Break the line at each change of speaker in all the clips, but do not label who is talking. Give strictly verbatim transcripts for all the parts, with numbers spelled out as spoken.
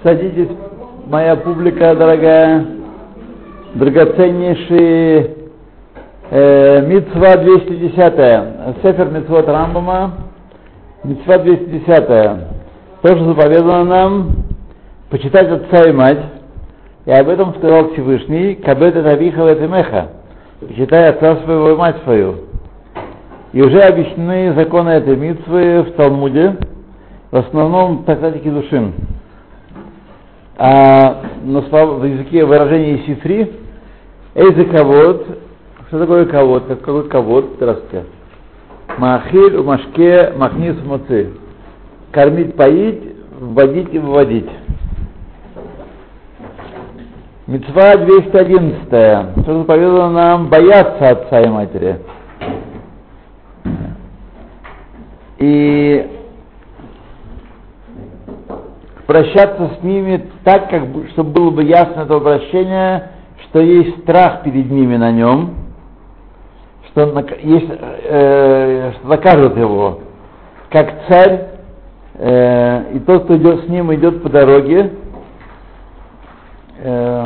Садитесь, моя публика дорогая, драгоценнейшие э, Мицва двести десятая, Сефер Мицвот Рамбама, Мицва двести десятая. То, что заповедано нам, почитать отца и мать, и об этом сказал Всевышний, Кабет это Авиха вет Эмеха, почитай отца своего и мать свою. И уже объяснены законы этой мицвы в Талмуде, в основном в трактате Кидушин. А на в языке выражения сифри, эйзе кавод, что такое кавод? Какой кавод? Здравствуйте. Маахиль, умашке, махнис, моци. Кормить, поить, вводить и выводить. Мицва двести одиннадцатая. Что заповедано нам бояться отца и матери. И прощаться с ними так, как, чтобы было бы ясно это обращение, что есть страх перед ними на нем, что, есть, э, что накажут его, как царь, э, и тот, кто идет с ним, идет по дороге, э,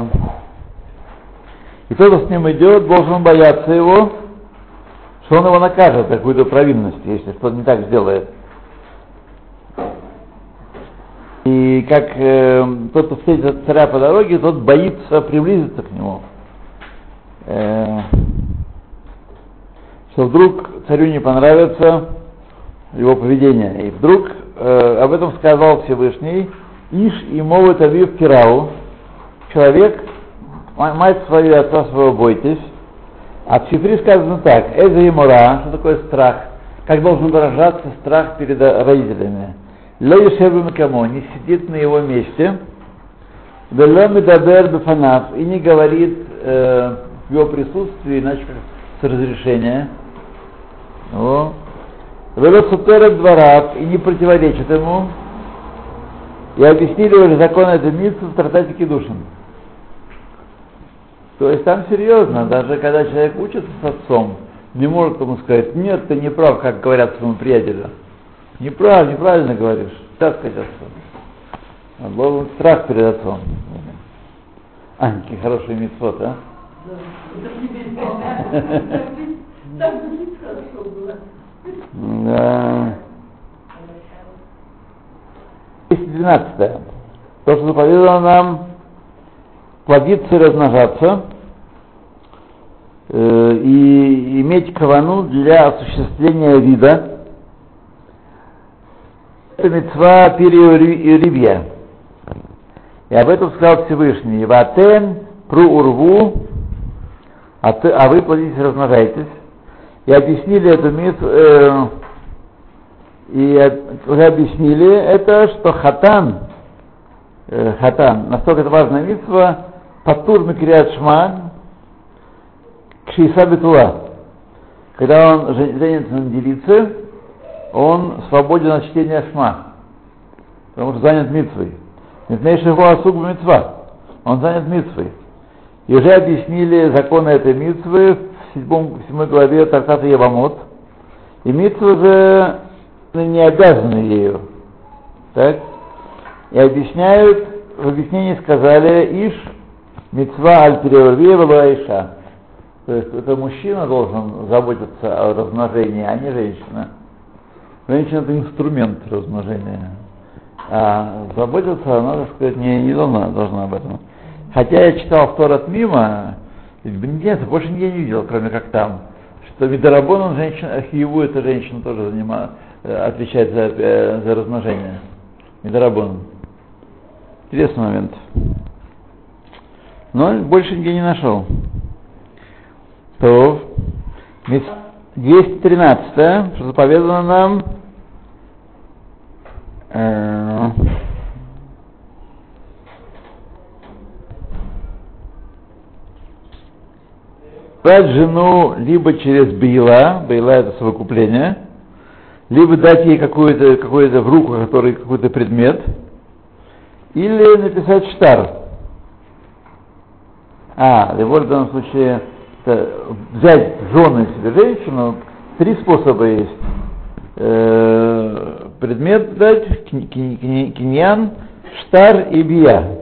и тот, кто с ним идет, должен бояться его, что он его накажет за какую-то провинность, если что-то не так сделает. И как э, тот, кто встретит царя по дороге, тот боится приблизиться к нему. Э, что вдруг царю не понравится его поведение. И вдруг э, об этом сказал Всевышний, Иш и мовет авив кирау, человек, мать свою и отца своего бойтесь. А в Сифри сказано так, эза и мора, что такое страх, как должен выражаться страх перед родителями. Ло ешеву мекамо, не сидит на его месте, вело медабер бефанав, и не говорит э, в его присутствии, иначе как с разрешения. Вело сутерет дворав, и не противоречит ему. И объяснили уже законы этой митцвы в трактате Кидушин. То есть там серьезно, даже когда человек учится с отцом, не может ему сказать, нет, ты не прав, как говорят своему приятелю. Неправильно, неправильно говоришь. Так сказать отцу. Он должен страх перед отцом. А, какие хорошие митцвот, а? Да. двести двенадцатая. То, что заповедано нам плодиться и размножаться, э, и иметь кавану для осуществления вида. Это мицва периорибья. И об этом сказал Всевышний. Ватен пру урву, а, ты, а вы плодитесь и размножаетесь. И объяснили эту мицву, э, и уже объяснили это, что хатан, э, хатан, настолько это важная мицва, патур микриат шма, кшиса битула. Когда он женится на девице, он свободен от чтения шма, потому что занят мицвой. Митнейший его асугу мицва, он занят мицвой. И уже объяснили законы этой мицвы в седьмой, в седьмой главе трактата Евамот. И мицвы же не обязаны ею. Так? И объясняют, в объяснении сказали, Иш мицва аль переверве валуайша. То есть это мужчина должен заботиться о размножении, а не женщина. Женщина — это инструмент размножения. А заботиться она, так сказать, не, не должна, должна об этом. Хотя я читал в Торат мимо, нет, больше нигде не видел, кроме как там, что Мидарабон, женщина, Хиеву, эта женщина тоже занимает, отвечает за, за размножение. Мидарабон. Интересный момент. Но больше нигде не нашел. То двести тринадцатая, что заповедано нам, э, дать жену либо через бейла, бейла — это совокупление, либо дать ей какой-то, какой-то в руку, который какой-то предмет, или написать штар. А, в данном случае взять жены себе женщину, три способа есть. Э, предмет дать, киньян, Штар и бия.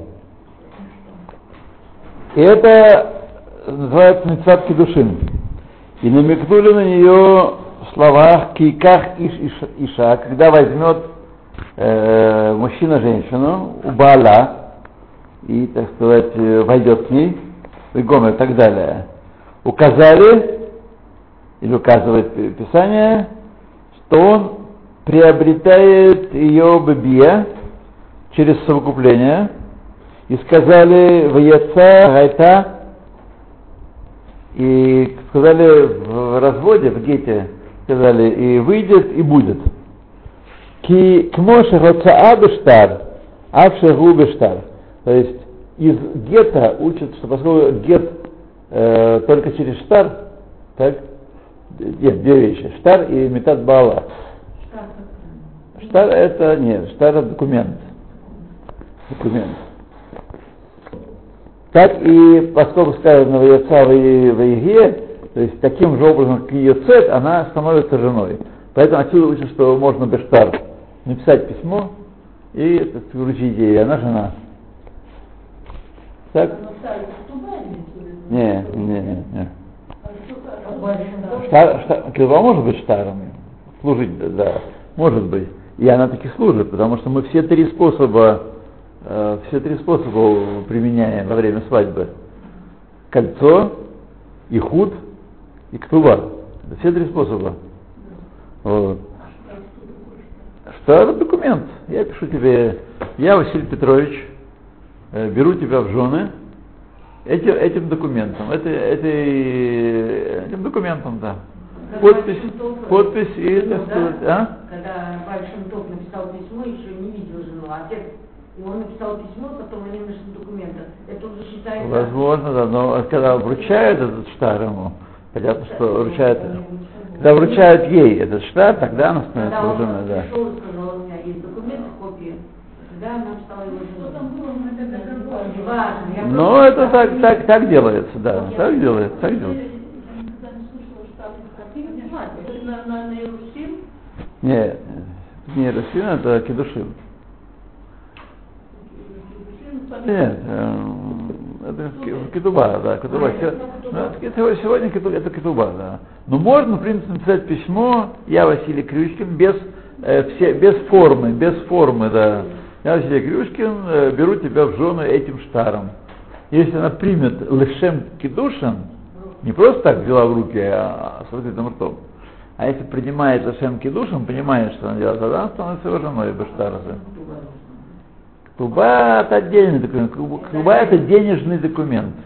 И это называется мицват кидушин. И намекнули на нее в словах киках иш иша, когда возьмет э, мужчина женщину у баала и, так сказать, войдет к ней, и гомер и так далее. Указали, или указывает Писание, что он приобретает ее бебия через совокупление, и сказали «Ваяца гайта», и сказали в разводе, в гете, сказали «И выйдет, и будет». «Ки кмоша хоцаа бештар, авшегу бештар». То есть из гета учат, что поскольку гет э, только через штар, так, нет, две вещи, штар и метат баала. Штар это, нет, штар это документ. Документ. Так и, поскольку сказано в Яца в Еге, то есть таким же образом, как ее цвет, она становится женой. Поэтому отсюда учат, что можно бештар написать письмо и это, вручить ей, она жена. Так? Не, не, не, не. Штар, штар, килва может быть штаром, служить, да, может быть. И она таки служит, потому что мы все три способа, э, все три способа применяем во время свадьбы. Кольцо, ихуд и ктува. Это все три способа. Вот. Штар — документ. Я пишу тебе, я, Василий Петрович, э, беру тебя в жены этим, этим документом. Это, это, этим документом, да. Подпись, подпись и, так сказать, а?
Когда Бааль Шем Тов написал письмо, еще не видел жену, отец, и он написал письмо, потом они нашли документы. Это уже считается...
Возможно, да, но когда вручают этот штар ему, понятно, что вручают, когда вручают ей этот штар, тогда она становится
когда
женой, да.
Когда он сказал, у меня есть документы, копии, тогда она стала его женой.
Ну, это так, так, так делается, да, так делается, так делается. Нет, не Иерусалим, это Кедушим. Нет, это Кетуба, да, Кетуба. Это сегодня это Кетуба, да. Но можно, в принципе, написать письмо, я Василий Крючкин, без, э, все, без формы, без формы, да. Я Василий Крючкин, э, беру тебя в жены этим штаром. Если она примет лешем кидушин, не просто так взяла в руки, а с открытым ртом, а если принимает лешем кидушин, понимает, что она делает, тогда она становится его женой бештаразы. Ктуба — это отдельный документ. Ктуба — это денежный документ.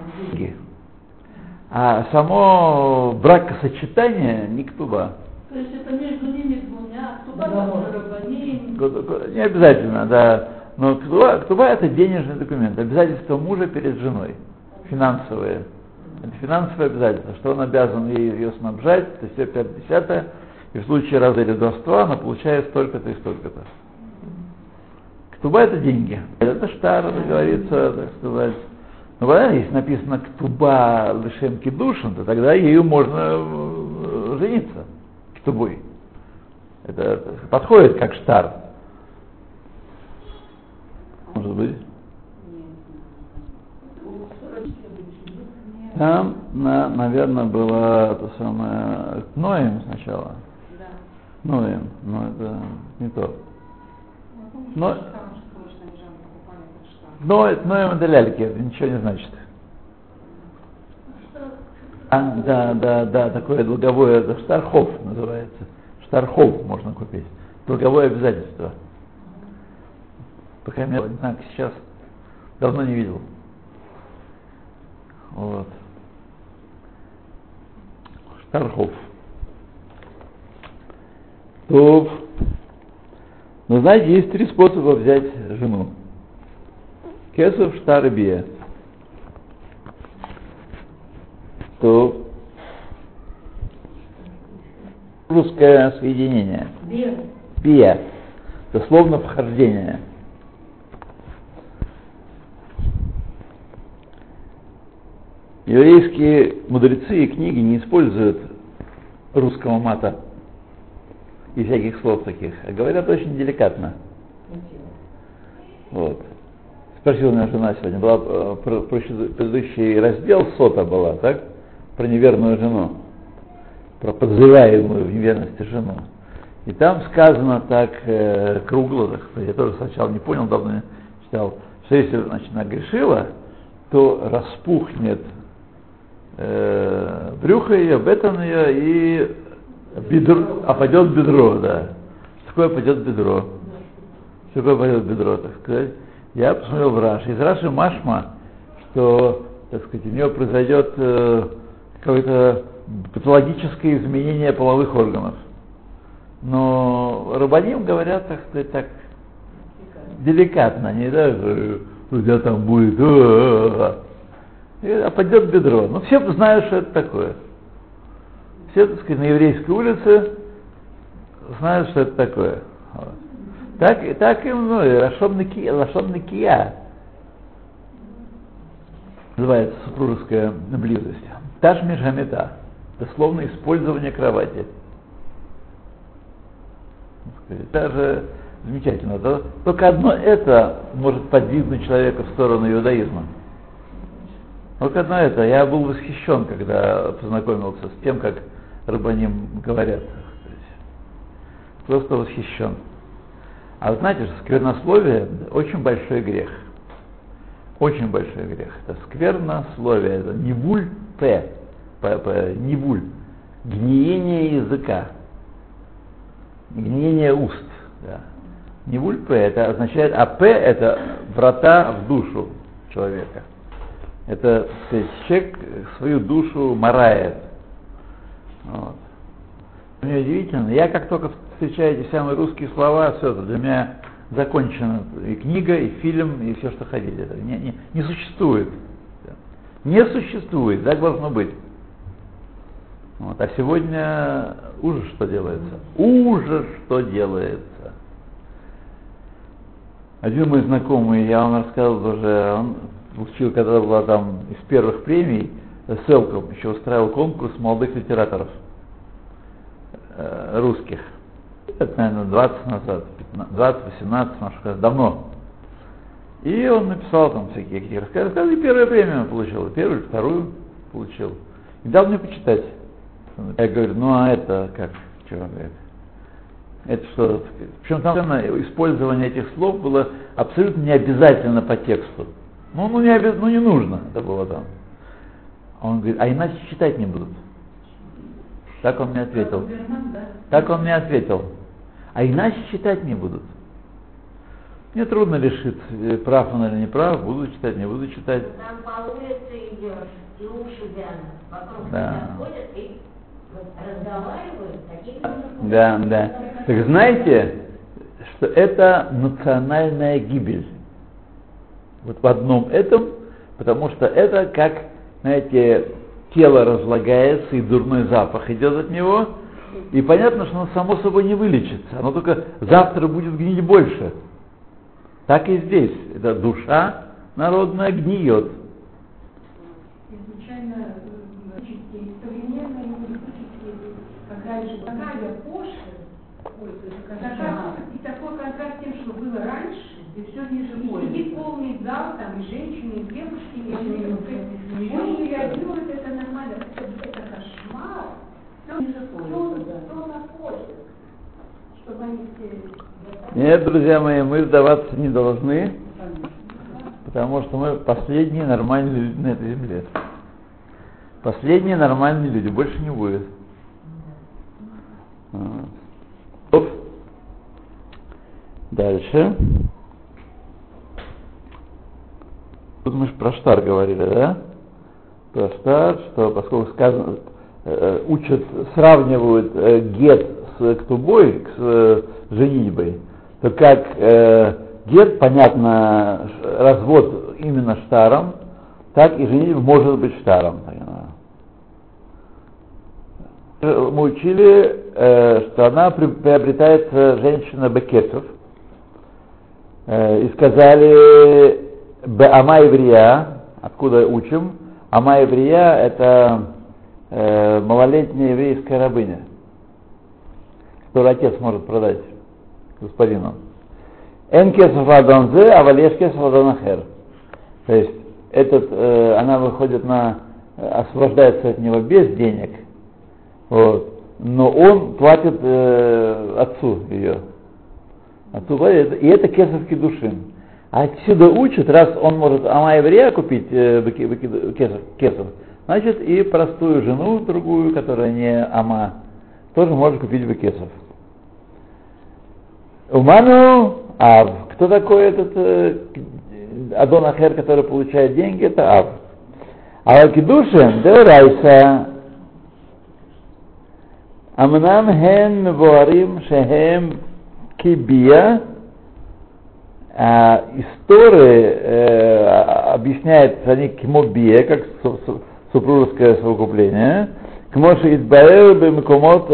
А само бракосочетание не ктуба.
То есть это между ними двумя, ктуба,
не обязательно, да. Но ктуба, ктуба — это денежный документ. Обязательство мужа перед женой. Финансовые. Это финансовое обязательство, что он обязан ей ее снабжать, то есть все пятьдесят, и в случае разделения она получает столько-то и столько-то. Ктуба — это деньги. Это штар, это говорится, так сказать. Но когда если написано ктуба лешем кидушин, то тогда ею можно жениться. Ктубой. Это подходит как штар. Может быть? Там, на, наверное, было то самое Ноем сначала. Ноем, но это не то. Но, но Ноем это ляльки, это ничего не значит. А, да, да, да, такое долговое, это штархов называется. Штархов можно купить. Долговое обязательство. По крайней мере, не знаю, сейчас давно не видел. Вот. Штархов. То, ну, знаете, есть три способа взять жену. Кесов, штар и бия. То русское соединение. Бия. Дословно вхождение. Еврейские мудрецы и книги не используют русского мата и всяких слов таких, а говорят очень деликатно. Вот. Спросила меня жена сегодня, была э, про, про предыдущий раздел сота была, так? Про неверную жену, про подозреваемую в неверности жену. И там сказано так э, кругло, так сказать, я тоже сначала не понял, давно не читал, что если, значит, она грешила, то распухнет э, брюхо ее, бетон ее и бедро, опадет бедро, да. Что такое опадет бедро? Что такое опадет бедро, так сказать? Я посмотрел в Раши. Из Раши машма, что, так сказать, у нее произойдет э, какое-то патологическое изменение половых органов. Но рабаним говорят, так сказать, так деликатно, не да, у тебя там будет, а пойдет бедро. Ну, все знают, что это такое. Все, так сказать, на еврейской улице знают, что это такое. Вот. Так, так и ну, Лашон Накия называется супружеская близость. Ташмиш Хамита, дословно использование кровати. Даже замечательно. Только одно это может подвигнуть человека в сторону иудаизма. Только одно это. Я был восхищен, когда познакомился с тем, как рабаним говорят. Просто восхищен. А вы знаете, что сквернословие очень большой грех. Очень большой грех. Это сквернословие. Это нивуль п. Нивуль. Гниение языка. Гниение уст. Да. Нивуль п. Это означает, а п это врата в душу человека. Это, так сказать, человек свою душу марает. Вот. Мне удивительно. Я как только встречаю эти самые русские слова, все это для меня закончена и книга, и фильм, и все, что хотите. Это не, не, не существует. Не существует. Так должно быть. Вот. А сегодня ужас, что делается. Ужас, что делается. Один мой знакомый, я вам рассказывал уже, он получил, когда была там из первых премий, Селком еще устраивал конкурс молодых литераторов э, русских. Это, наверное, двадцать назад, двадцать восемнадцать, может сказать, давно. И он написал там всякие какие рассказы, и первую премию он получил, первую, вторую получил. И дал мне почитать. Я говорю, ну а это как? Чего он говорит? Это что? Причем там использование этих слов было абсолютно не обязательно по тексту. Ну, ну, не, обяз... ну не нужно это было там. А он говорит, а иначе читать не будут. Так он мне ответил. Так он мне ответил. А иначе читать не будут. Мне трудно решить, прав он или не прав, буду читать, не буду читать.
Там по улице идешь, и уши вянут, вокруг
да.
тебя ходят и разговаривают такими языками.
Да, да. Так знаете, что это национальная гибель. Вот в одном этом, потому что это как, знаете, тело разлагается и дурной запах идет от него, и понятно, что оно само собой не вылечится, оно только завтра будет гнить больше. Так и здесь. Эта душа народная гниет.
Изначально современные когда раньше такая пошлость, и такой контраст с тем, что было раньше, и все ниже сидит полный зал, там и женщины, и девушки, и люди, не реагируют, это нормально, это кошмар. Кто находит, чтобы они все...
Нет, друзья мои, мы сдаваться не должны, потому что мы последние нормальные люди на этой земле. Последние нормальные люди, больше не будет. Оп. Дальше. Тут мы же про штар говорили, да? Про штар, что поскольку сказано, э, учат, сравнивают э, гет с ктубой, с э, женитьбой, то как э, гет, понятно, развод именно штаром, так и женитьба может быть штаром. Мы учили, э, что она при, приобретает женщина бекесов, э, и сказали Ама еврея, откуда учим, Ама еврея это э, малолетняя еврейская рабыня, которую отец может продать господину. Эн кесов ладонзе, а валеш кесов ладонахер. То есть этот, э, она выходит на, освобождается от него без денег, вот, но он платит э, отцу ее. Отцу платит, и это кесов кидушин. А отсюда учат, раз он может ама еврея купить э, кесов, кесов, значит и простую жену, другую, которая не ама, тоже может купить бекесов. Уману Ав. Кто такой этот э, Адон Ахер, который получает деньги? Это Ав. А Кидушин, да Райса, Амнам Хен Вуарим Шехем Кибия. История э, объясняет они кимобия, как супружеское совокупление. Кмоши Идбаэр Бемикомот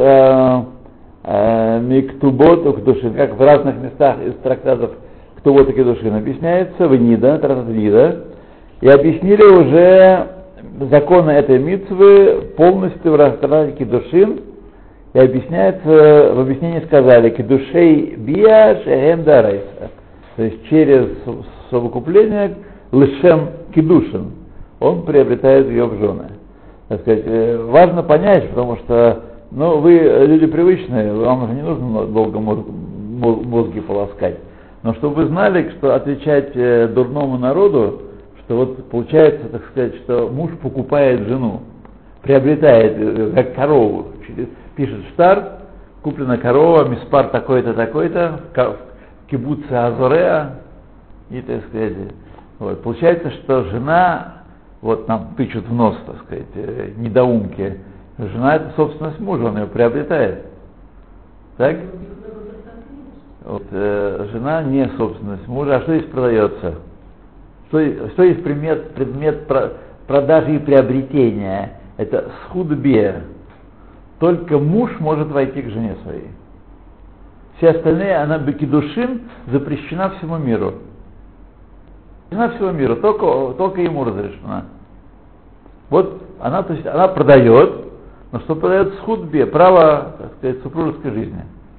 Миктубот Ухдушин, как в разных местах из трактатов Ктубот и Кедушин объясняется, в Нида, трактат Нида, и объяснили уже законы этой мицвы полностью в трактате Кедушин, и объясняется, в объяснении сказали, Кедушей Бия Шехем Дарайса, то есть через совокупление Лешем Кедушин, он приобретает ее в жены. Так сказать, важно понять, потому что ну, вы люди привычные, вам уже не нужно долго мозг, мозги полоскать. Но чтобы вы знали, что отвечать э, дурному народу, что вот получается, так сказать, что муж покупает жену, приобретает, э, как корову, пишет штар, куплена корова, миспар такой-то, такой-то, в кибуце Азореа, и, так сказать, вот. Получается, что жена, вот нам тычут в нос, так сказать, э, недоумки, жена — это собственность мужа, он ее приобретает. Так? Вот, э, жена не собственность мужа. А что здесь продается? Что, что есть предмет, предмет про, продажи и приобретения? Это схудбе. Только муж может войти к жене своей. Все остальные, она бекидушин, запрещена всему миру. Запрещена всему миру, только, только ему разрешена. Вот она, то есть, она продает, но что продает схудбе, право, так сказать, супружеской жизни.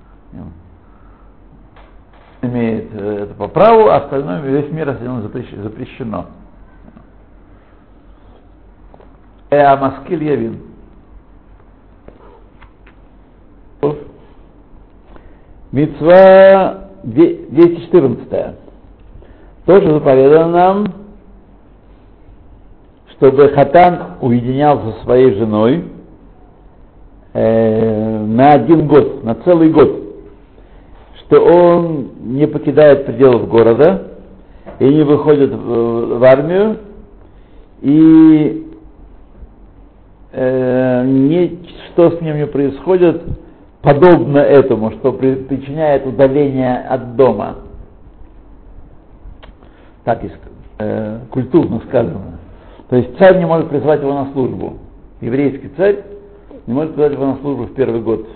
Имеет это по праву, а остальное, весь мир остальное запрещено. А маскиль явин. Мицва двести четырнадцать. Тоже заповедано нам, чтобы хатан уединялся со своей женой э, на один год, на целый год, что он не покидает пределов города и не выходит в, в армию, и э, ничто с ним не происходит подобно этому, что при, причиняет удаление от дома. Так э, культурно сказано. То есть царь не может призвать его на службу. Еврейский царь не может призвать его на службу в первый год.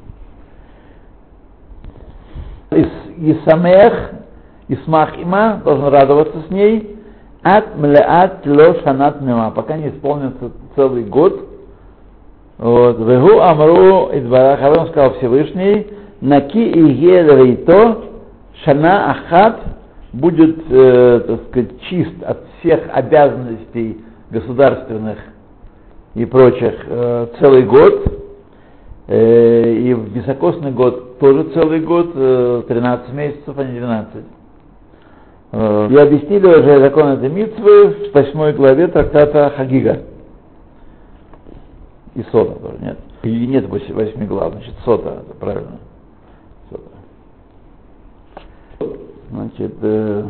И самех, и смах има, должен радоваться с ней, от млеат ло шанат мима, пока не исполнится целый год. Вот. Вегу амру идбарах, а он сказал Всевышний, наки и гелрейто шана ахат, будет, э, так сказать, чист от всех обязанностей государственных и прочих э, целый год, э, и в високосный год тоже целый год, э, тринадцать месяцев, а не двенадцать. Э, и объяснили уже закон этой мицвы в восьмой главе трактата Хагига. И сота тоже, нет. И нет восьми глав, значит, сота, это правильно. Сота. Значит, э,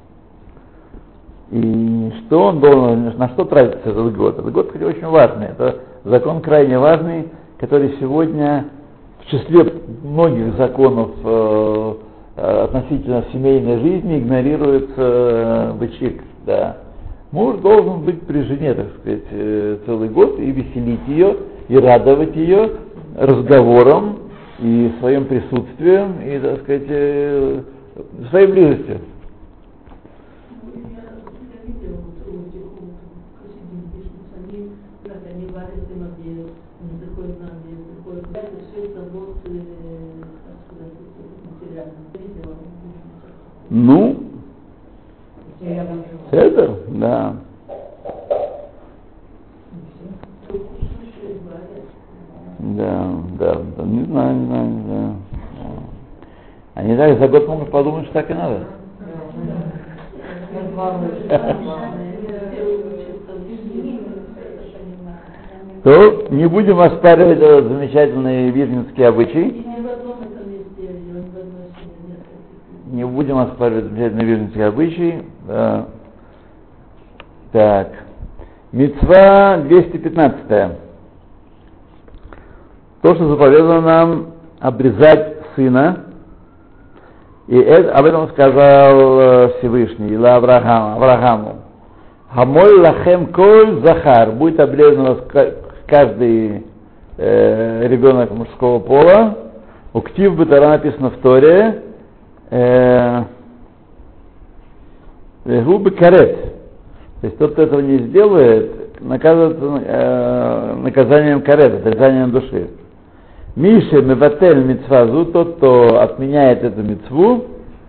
и что он должен, на что тратится этот год? Этот год, кстати, очень важный. Это закон крайне важный, который сегодня в числе многих законов э, относительно семейной жизни игнорируется э, бычик. Да. Муж должен быть при жене, так сказать, э, целый год и веселить ее, и радовать ее разговором, и своим присутствием, и, так сказать, э, своей близостью. Ну, это, да. Да, да, да, не знаю, не знаю, не знаю. Они так за год могут подумать, что так и надо. То не будем оспаривать этот замечательный вижницкий обычай. Не будем оспаривать замечательный вижницкий обычай. Да. Так. Мицва двести пятнадцать. То, что заповедано нам обрезать сына. И это, об этом сказал Всевышний, Ила Аврааму, Аврааму. Хамоль лахем коль захар. Будет обрезан у вас каждый э, ребенок мужского пола. У ктив бытара написано в Торе. Губы карет. То есть тот, кто этого не сделает, наказывается э, наказанием карет, отрезанием души. Миша меватель мицвазу, тот, кто отменяет эту мицву,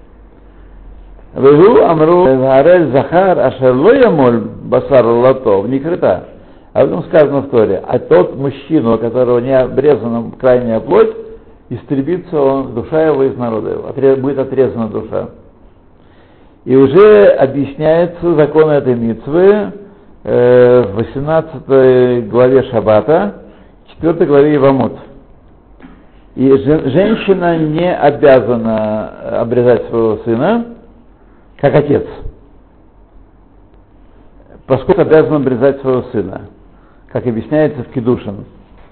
вегу амру гарель захар ашерло ямоль басар латов, не крыта. А потом сказано в Торе, а тот мужчина, у которого не обрезана крайняя плоть, истребится он, душа его из народа его, отрез, будет отрезана душа. И уже объясняется закон этой мицвы э, в восемнадцатой главе Шаббата, четвёртой главе Ивамот. И женщина не обязана обрезать своего сына, как отец, поскольку обязана обрезать своего сына, как объясняется в Кидушин.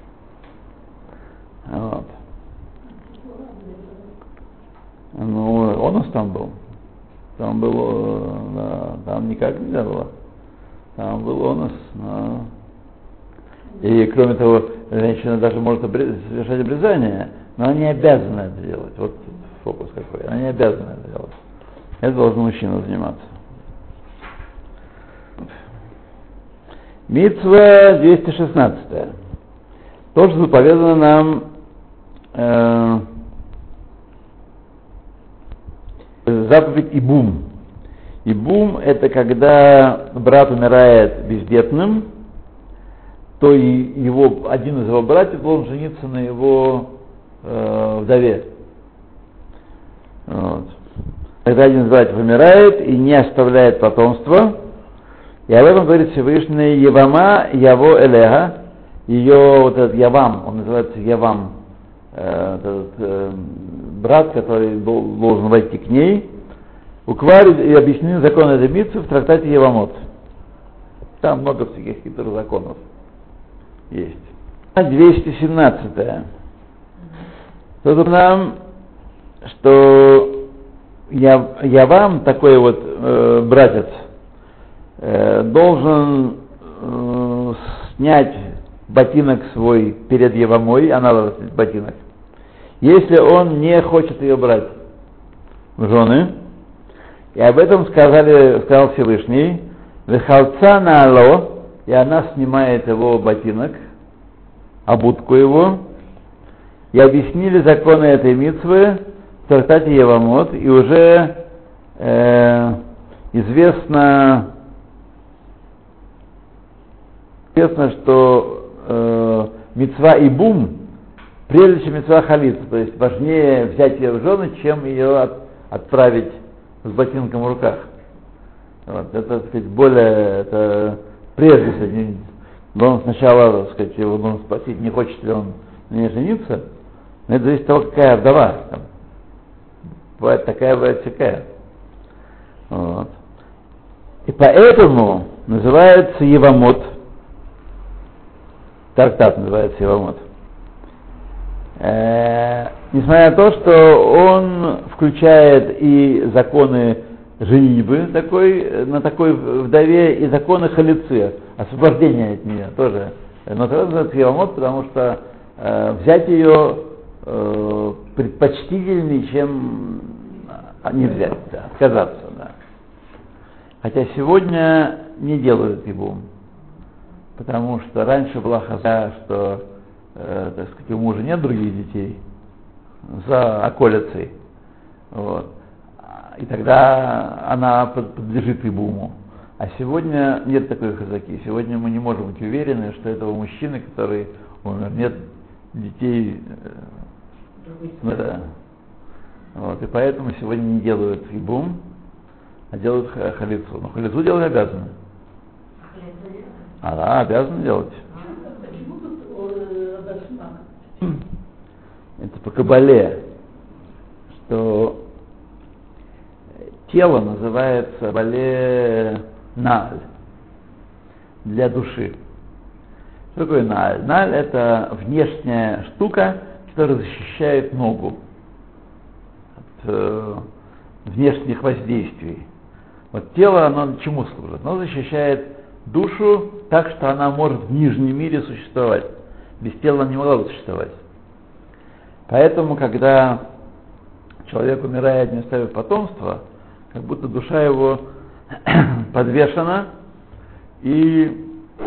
Вот. Ну, он у нас там был. Там было, да, там никак нельзя было. Там был он у нас. Да. И кроме того, женщина даже может обрез... совершать обрезание, но она не обязана это делать. Вот фокус какой. Она не обязана это делать. Это должен мужчина заниматься. Мицва двести шестнадцать. То, что заповедано нам э, заповедь Ибум. Ибум — это когда брат умирает бездетным, то и его, один из его братьев должен жениться на его э, вдове. Вот. Когда один из братьев умирает и не оставляет потомства, и об этом говорит Всевышний: Евама Яво Элега, ее вот этот Явам, он называется Явам, э, этот э, брат, который был, должен войти к ней, укварит и объяснены законы этой мицвы в трактате Евамот. Там много всяких хитрых законов есть. двести семнадцать. Тут нам, что я, я вам, такой вот э, братец, э, должен э, снять ботинок свой перед Евамой, она должна снять ботинок, если он не хочет ее брать в жены. И об этом сказали, сказал Всевышний: «Вехалца на ало», и она снимает его ботинок, обутку его, и объяснили законы этой мицвы в трактате Евамот, и уже э, известно, известно, что э, мицва Ибум прежде чем мицва халица, то есть важнее взять ее в жены, чем ее от, отправить с ботинком в руках. Вот, это, так сказать, более, это прежде всего, он сначала, так сказать, его нужно спросить, не хочет ли он на ней жениться, но это зависит от того, какая вдова. Там, бывает такая, бывает всякая. Вот. И поэтому называется Евамот, трактат называется Евамот. Э, несмотря на то, что он включает и законы женитьбы такой, на такой вдове, и законы халицы, освобождения от нее тоже. Но это называется Евамот, потому что э, взять ее э, предпочтительнее, чем не взять, да, отказаться. Да. Хотя сегодня не делают ибум, потому что раньше была хаза, что э, так сказать, у мужа нет других детей за околицей. Вот. и тогда она подлежит ибуму. А сегодня нет такой хазаки. Сегодня мы не можем быть уверены, что этого мужчины, который умер, нет детей. Ну, да. Вот, и поэтому сегодня не делают ибум, а делают халицу. Но халицу делать обязаны. А да, обязаны делать. Это по кабале, что тело называется бале наль для души. Что такое наль? Наль — это внешняя штука, которая защищает ногу от э, внешних воздействий. Вот тело, оно чему служит? Оно защищает душу так, что она может в нижнем мире существовать. Без тела она не могла бы существовать. Поэтому, когда человек умирает, не оставив потомства, как будто душа его подвешена, и,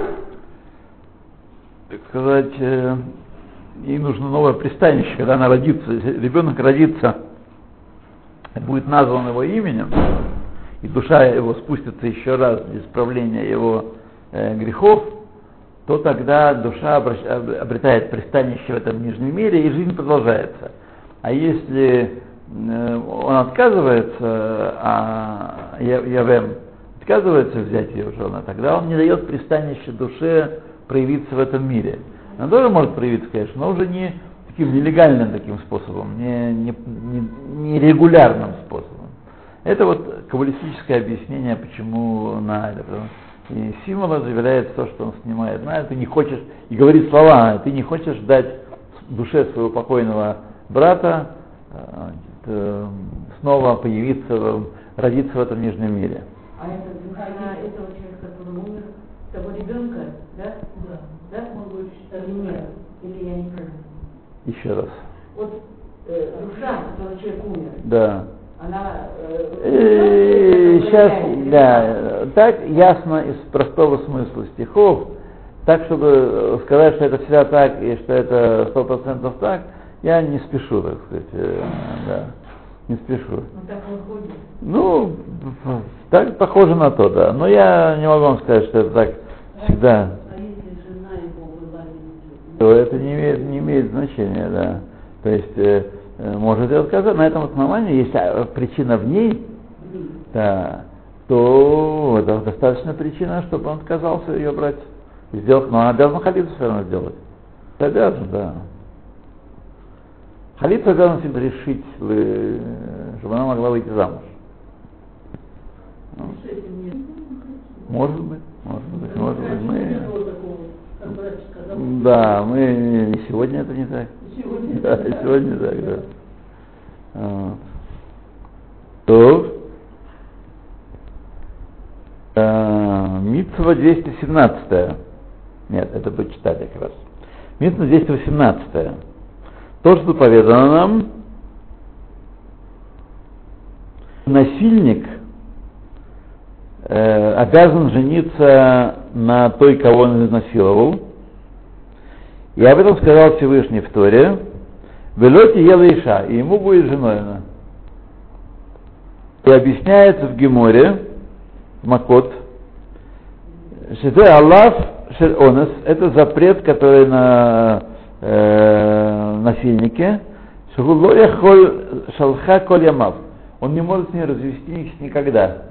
так сказать, ей нужно новое пристанище, когда она родится. Если ребенок родится, будет назван его именем, и душа его спустится еще раз для исправления его э, грехов, то тогда душа обретает пристанище в этом нижнем мире, и жизнь продолжается. А если он отказывается, а Явем отказывается взять ее в жены, тогда он не дает пристанище душе проявиться в этом мире. Она тоже может проявиться, конечно, но уже не таким нелегальным таким способом, не, не, не, не регулярным способом. Это вот каббалистическое объяснение, почему на это. И символа заявляет то, что он снимает. На ты не хочешь, и говорит слова, ты не хочешь дать душе своего покойного брата э, снова появиться, родиться в этом нижнем мире.
А это душа этого человека, который умер, того ребенка, да? Да. Да? Он будет считать, или нет? Или я не понимаю?
Еще раз.
Вот э, душа, которого человек умер.
Да.
Она э,
сейчас, да, так ясно из простого смысла стихов, так, чтобы сказать, что это всегда так и что это сто процентов так, я не спешу, так сказать, э, да, не спешу.
Ну так выходит.
Ну, так похоже на то, да, но я не могу вам сказать, что это так всегда.
А если жена его была,
то это не имеет, не имеет значения, да, то есть э, может и отказать на этом основании, если причина в ней, да, то это достаточно причина, чтобы он отказался ее брать и сделать, но он обязан халицу все равно сделать. Это обязан, да. Халицу обязан себе решить, чтобы она могла выйти замуж. Ну, может быть, может быть, может быть. Мы... Да, мы сегодня это не так. Сегодня. Да, сегодня так, да. Вот. То э, Мицва двести семнадцать. Нет, это почитали как раз. Мицва двести восемнадцать. То, что поведано нам, насильник э, обязан жениться на той, кого он изнасиловал. И об этом сказал Всевышний в Торе. Велоти ела иша, и ему будет женой она. И объясняется в Геморе, Макот, что Аллах шель онес, это запрет, который на э, насильнике, шалха коль ямав. Он не может с ней развестись никогда.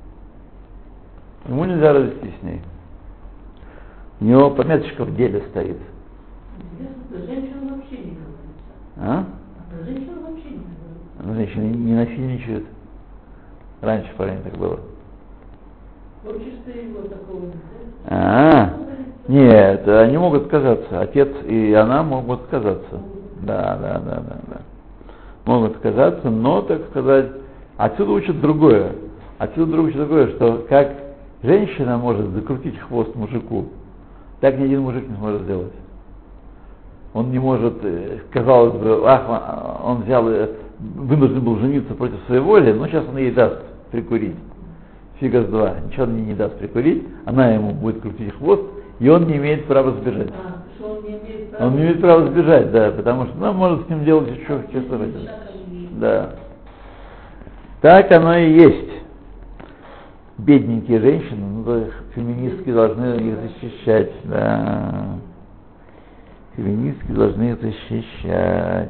Ему нельзя развестись с ней. У него пометочка в деле стоит.
Женщина вообще не говорится.
А?
А женщина вообще не говорится.
Женщины не насильничают. Раньше в парень так было.
Общество его такого.
А, нет, они могут отказаться. Отец и она могут отказаться. Да, да, да, да, да. Могут отказаться, но, так сказать, отсюда учат другое. Отсюда учат другое, что как женщина может закрутить хвост мужику, так ни один мужик не сможет сделать. Он не может, казалось бы, ах, он взял, вынужден был жениться против своей воли, но сейчас он ей даст прикурить. Фига с два, ничего он ей не даст прикурить, она ему будет крутить хвост, и он не имеет права сбежать.
А, что он не имеет права?
Он не имеет права сбежать, да, потому что она может с ним делать еще что-то. Да. Так оно и есть. Бедненькие женщины, ну, феминистки должны их защищать, да. Феминистки должны их защищать.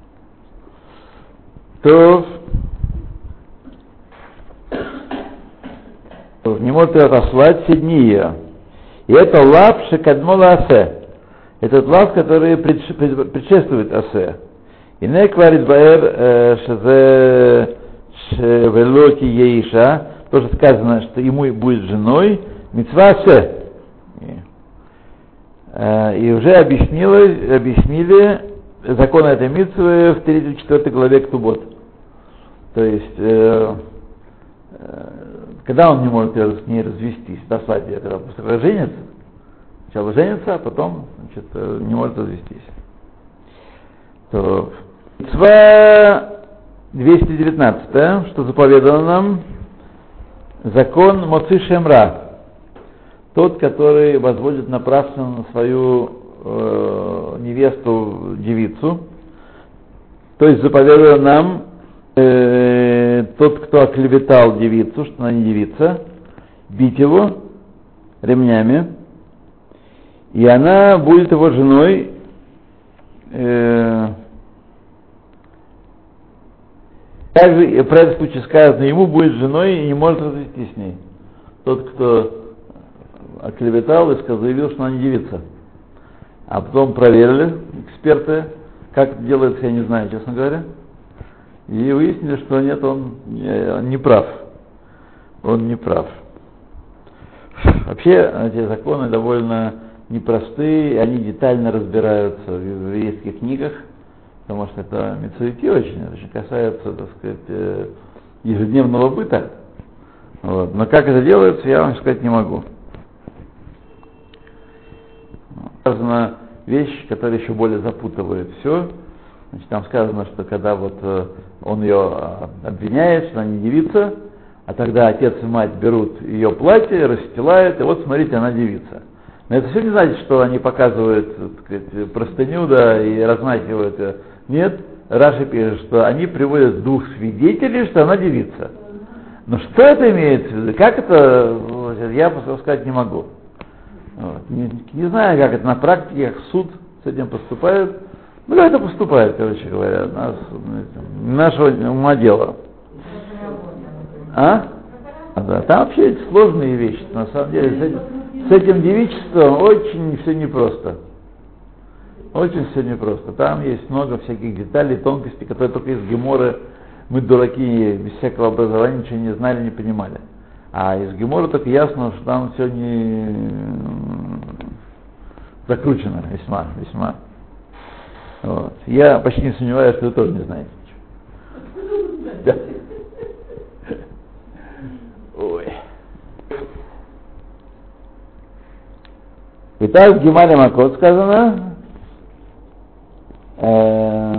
То не может ее отослать седние. И это лав шекадмола асе. Этот лав, который предшествует асе. И не кварит баэр шезе шевелоки ейша. Тоже сказано, что ему будет женой мицва асе. И уже объяснили, объяснили закон этой мицвы в третьей-четвёртой главе Ктубот. То есть, э, э, когда он не может с ней развестись, до свадьбы, когда после женится, сначала женится, а потом, значит, не может развестись. То мицва двести девятнадцать, что заповедано нам, закон Моци Шемра. Тот, который возводит напрасно на свою э, невесту, девицу, то есть заповедуя нам э, тот, кто оклеветал девицу, что она не девица, бить его ремнями, и она будет его женой. Э, также про этот случай сказано, ему будет женой и не может развестись с ней. Тот, кто оклеветал и сказал, заявил, что она не девица. А потом проверили эксперты, как это делается, я не знаю, честно говоря. И выяснили, что нет, он не, не прав. Он не прав. Вообще, эти законы довольно непростые, они детально разбираются в еврейских книгах, потому что это мицваити очень, это очень касается, так сказать, ежедневного быта. Вот. Но как это делается, я вам сказать не могу. Сказана вещь, которая еще более запутывает все. Значит, там сказано, что когда вот он ее обвиняет, что она не девица, а тогда отец и мать берут ее платье, расстилают, и вот смотрите, она девица. Но это все не значит, что они показывают, так сказать, простыню, да, и размахивают ее. Нет, Раши пишет, что они приводят двух свидетелей, что она девица. Но что это имеется в виду? Как это, я сказать не могу. Вот. Не, не знаю, как это на практике, как суд с этим поступает. Ну, как это поступает, короче говоря, нас, нашего ума дела. А? Да, там вообще эти сложные вещи, на самом деле. С этим, с этим девичеством очень все непросто. Очень все непросто. Там есть много всяких деталей, тонкостей, которые только из Геморы мы, дураки, без всякого образования, ничего не знали, не понимали. А из Гемора только ясно, что там все не закручено весьма, весьма. Вот. Я почти не сомневаюсь, что вы тоже не знаете ничего. Ой. Итак, в Гемаре Макот сказано, э,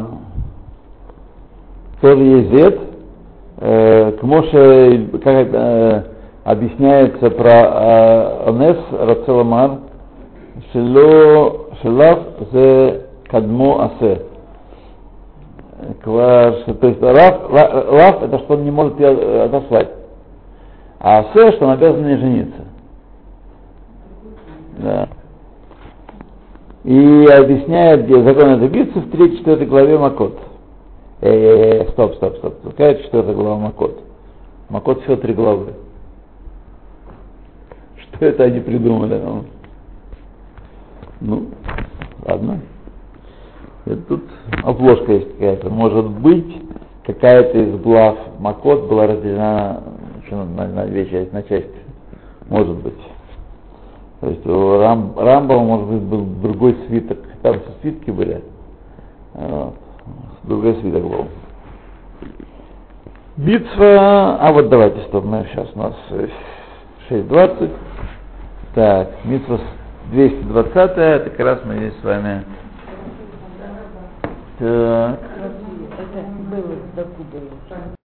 тоже есть зет, э, к Моше, как э, объясняется про Онес Рацеламар, Шело Шелав зе Кадмо Асе. То есть лав, лав это что он не может ее отослать. А асе, что он обязан не жениться. Да. И объясняет, где закон этой битвы в третьей-четвёртой главе Макот. Э, стоп, стоп, стоп. Какая четвертая глава Макот? Макот всего три главы. Что это они придумали? Ну, ну ладно. Это тут обложка есть какая-то. Может быть, какая-то из глав Макот была разделена на, на, на две части, на части. Может быть. То есть у Рам, Рамбова, может быть, был другой свиток. Там все свитки были. Вот. Другой свиток был. Мицва. А вот давайте, стоп, мы сейчас у нас шесть двадцать. Так, мицва двести двадцатая, это как раз мы здесь с вами. Так.